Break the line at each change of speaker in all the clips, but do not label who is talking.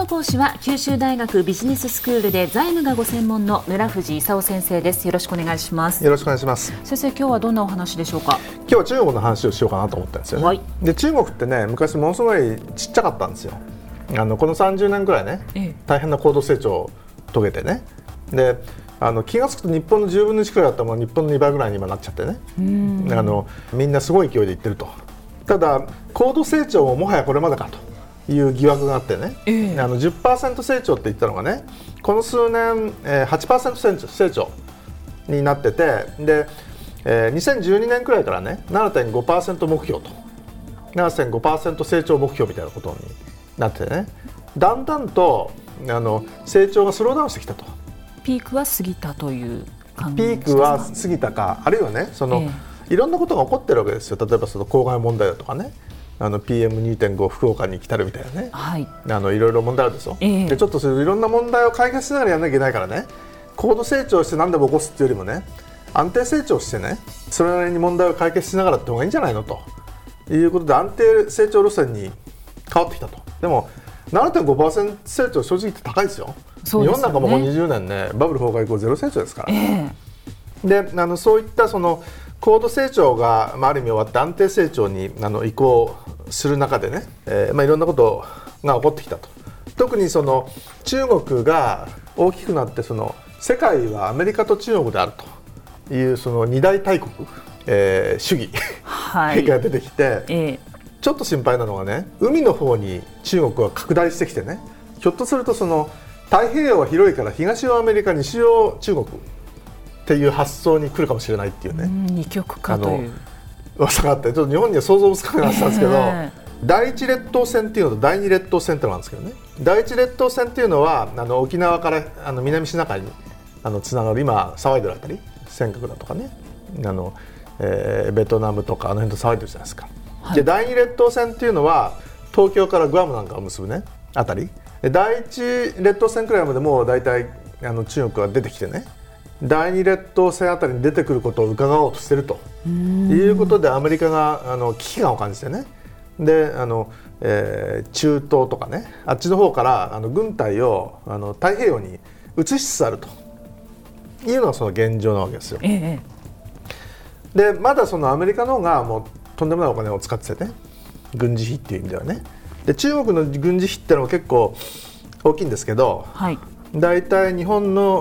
講師は九州大学ビジネススクールで財務がご専門の村藤勲先生です。よろしくお願いします。
よろしくお願いします。
先生、今日はどんなお話でしょうか？
今日は中国の話をしようかなと思ったんですよね、はい、で中国ってね、昔ものすごいちっちゃかったんですよ。この30年くらいね、大変な高度成長を遂げてね、で気がつくと日本の10分の1くらいだったもの日本の2倍ぐらいに今なっちゃってね、みんなすごい勢いでいってると。ただ高度成長ももはやこれまでかという疑惑があってね、10% 成長って言ったのがね、この数年、8% 成長になってて、で、2012年くらいからね 7.5% 目標と 7.5% 成長目標みたいなことになってね、だんだんと成長がスローダウンしてきたと。
ピークは過ぎたという感じ
ピ
ですか？
ークは過ぎたか、あるいはね、いろんなことが起こってるわけですよ。例えば公害問題だとかね、PM2.5 福岡に来たるみたいなね、はい、いろいろ問題あるでしょ、でちょっとそういういろんな問題を解決しながらやらなきゃいけないからね、高度成長して何でも起こすっていうよりもね、安定成長してね、それなりに問題を解決しながらって方がいいんじゃないのということで、安定成長路線に変わってきたと。でも 7.5% 成長、正直言って高いですよ。そうですよね。日本なんかもう20年ね、バブル崩壊以降ゼロ成長ですから、でそういった高度成長が、ある意味終わって安定成長に移行する中でね、いろんなことが起こってきたと。特に中国が大きくなって、世界はアメリカと中国であるという二大大国、主義、はい、が出てきて、ちょっと心配なのがね、海の方に中国は拡大してきてね、ひょっとすると太平洋は広いから東はアメリカ西は中国っていう発想に来るかもしれないっていうね、
二極化という
噂があって、ちょっと日本には想像もつかなかったんですけど、第一列島線っていうのと第二列島線ってのがあるんですけどね、第一列島線っていうのは沖縄から南シナ海につながる、今騒いでるあたり、尖閣だとかね、ベトナムとか辺と騒いでるじゃないですか、はい、で第二列島線っていうのは東京からグアムなんかを結ぶねあたりで、第一列島線くらいまでもう大体中国が出てきてね、第二列島線あたりに出てくることを伺おうとしているということで、アメリカが危機感を感じてね、で中東とかね、あっちの方から軍隊を太平洋に移しつつあるというのが現状なわけですよ、でまだアメリカの方がもうとんでもないお金を使っててね、軍事費っていう意味ではね。で中国の軍事費ってのは結構大きいんですけど、はい、だいたい日本の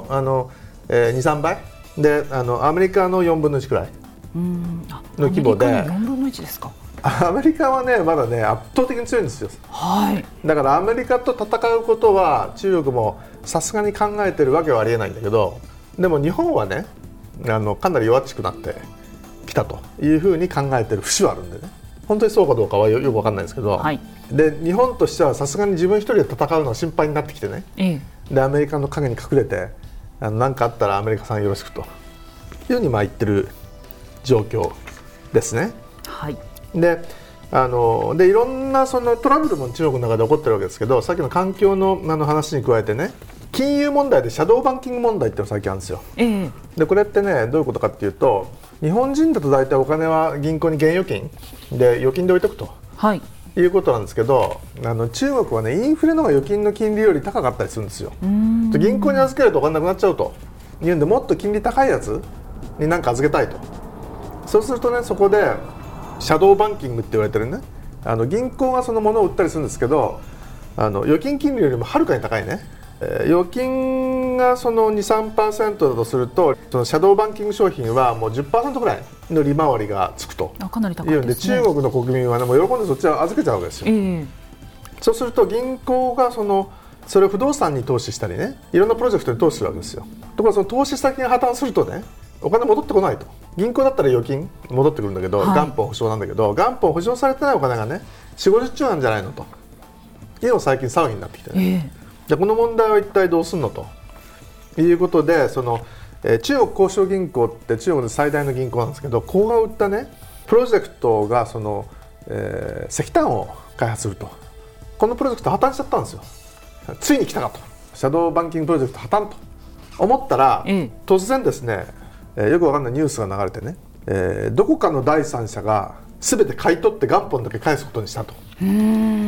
2、3倍でアメリカの4分の1くらいの規模で。
アメリカの4分の1ですか？
アメリカはねまだね圧倒的に強いんですよ、はい、だからアメリカと戦うことは中国もさすがに考えてるわけはありえないんだけど、でも日本はねかなり弱っちくなってきたというふうに考えてる節はあるんでね、本当にそうかどうかはよく分かんないですけど、はい、で日本としてはさすがに自分一人で戦うのは心配になってきてね、でアメリカの陰に隠れて何かあったらアメリカさんよろしくというふうに言ってる状況ですね、はい、でいろんなトラブルも中国の中で起こってるわけですけど、さっきの環境の話に加えてね、金融問題でシャドーバンキング問題っていうのが最近あるんですよ、でこれってねどういうことかっていうと、日本人だと大体お金は銀行に現預金で預金で置いとくと、はい、いうことなんですけど、中国はねインフレの方が預金の金利より高かったりするんですよ。銀行に預けるとお金なくなっちゃうというんで、もっと金利高いやつに何か預けたいと。そうするとね、そこでシャドーバンキングって言われてるね、銀行がそのものを売ったりするんですけど、預金金利よりもはるかに高いね、預金が2-3% だとすると、そのシャドーバンキング商品はもう 10% ぐらいの利回りがつくと
かなり高いですね。
中国の国民は、ね、もう喜んでそっちは預けちゃうわけですよ、そうすると銀行がそれを不動産に投資したりね、いろんなプロジェクトに投資するわけですよ。ところが投資先が破綻するとね、お金戻ってこないと。銀行だったら預金戻ってくるんだけど、元本保証なんだけど、元本保証されてないお金がね 4,50 兆なんじゃないのというのが最近騒ぎになってきてね、でこの問題は一体どうするのということで、中国交渉銀行って中国で最大の銀行なんですけど、ここが売ったねプロジェクトが石炭を開発すると、このプロジェクト破綻しちゃったんですよ。ついに来たかと、シャドーバンキングプロジェクト破綻と思ったら、突然ですね、よくわかんないニュースが流れてね、どこかの第三者が全て買い取って元本だけ返すことにしたと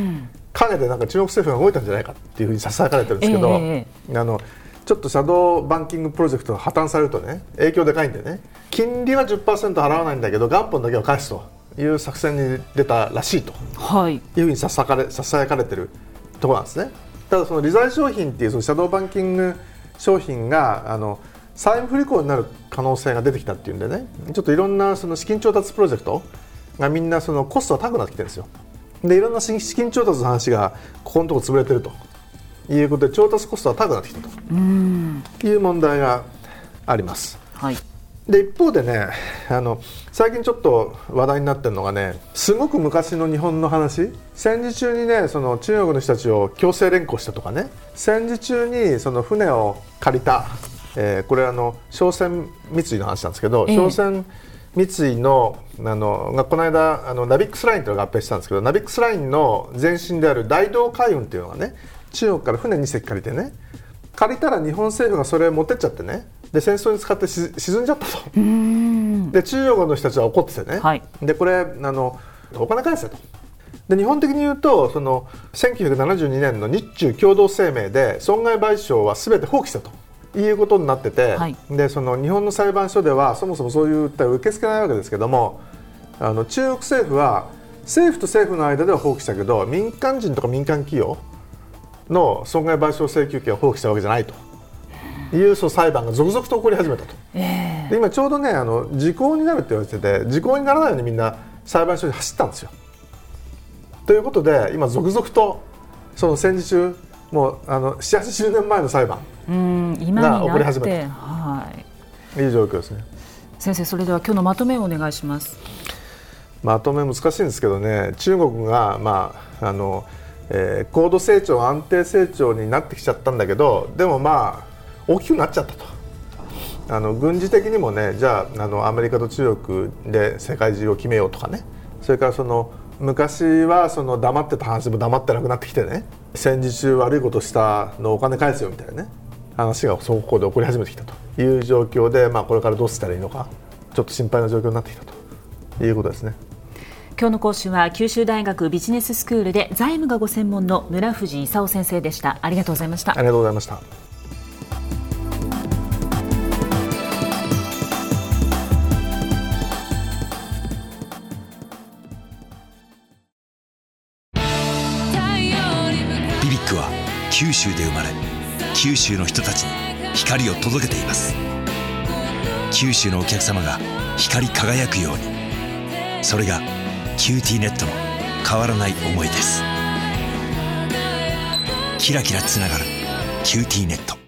陰でなんか中国政府が動いたんじゃないかっていうふうにささやかれてるんですけど、ちょっとシャドーバンキングプロジェクトが破綻されるとね、影響でかいんでね、金利は 10% 払わないんだけど元本だけは返すという作戦に出たらしいと、いうふうにささやかれてるところなんですね。ただその理財商品っていうそのシャドーバンキング商品が債務不履行になる可能性が出てきたっていうんでね、ちょっといろんなその資金調達プロジェクトがみんなそのコストが高くなってきてるんですよ。でいろんな資金調達の話がここのところ潰れてるということで、調達コストが高くなってきたという問題があります。で一方でね、最近ちょっと話題になってるのがね、すごく昔の日本の話、戦時中にねその中国の人たちを強制連行したとかね、戦時中にその船を借りた、これ商船三井の話なんですけど、商船三井のがこの間ナビックスラインというのが合併したんですけど、ナビックスラインの前身である大同海運というのがね、中国から船2隻借りてね、借りたら日本政府がそれを持ってっちゃってね、で戦争に使って沈んじゃったと。で中国の人たちは怒っててね、でこれお金返せと。で日本的に言うとその1972年の日中共同声明で損害賠償は全て放棄したということになってて、でその日本の裁判所ではそもそもそういう訴えを受け付けないわけですけども、中国政府は政府と政府の間では放棄したけど、民間人とか民間企業の損害賠償請求権を放棄したわけじゃないという裁判が続々と起こり始めたと。で今ちょうどね時効になるって言われてて、時効にならないようにみんな裁判所に走ったんですよ。ということで今続々とその戦時中もう7、80年前の裁判が起こり始めたという状況ですね。
先生、それでは今日のまとめをお願いします。
まとめ難しいんですけどね、中国が高度成長安定成長になってきちゃったんだけど、でも大きくなっちゃったと。軍事的にもね、じゃあアメリカと中国で世界中を決めようとかね、それからその昔はその黙ってた話も黙ってなくなってきてね、戦時中悪いことしたのお金返すよみたいなね話がそこで起こり始めてきたという状況で、これからどうしたらいいのかちょっと心配な状況になってきたということですね。
今日の講師は九州大学ビジネススクールで財務がご専門の村藤勲先生でした。ありがとうございました。
ありがとうございました。
ビビックは九州で生まれ、九州の人たちに光を届けています。九州のお客様が光り輝くように、それがキューティーネットの変わらない思いです。キラキラつながるキューティーネット。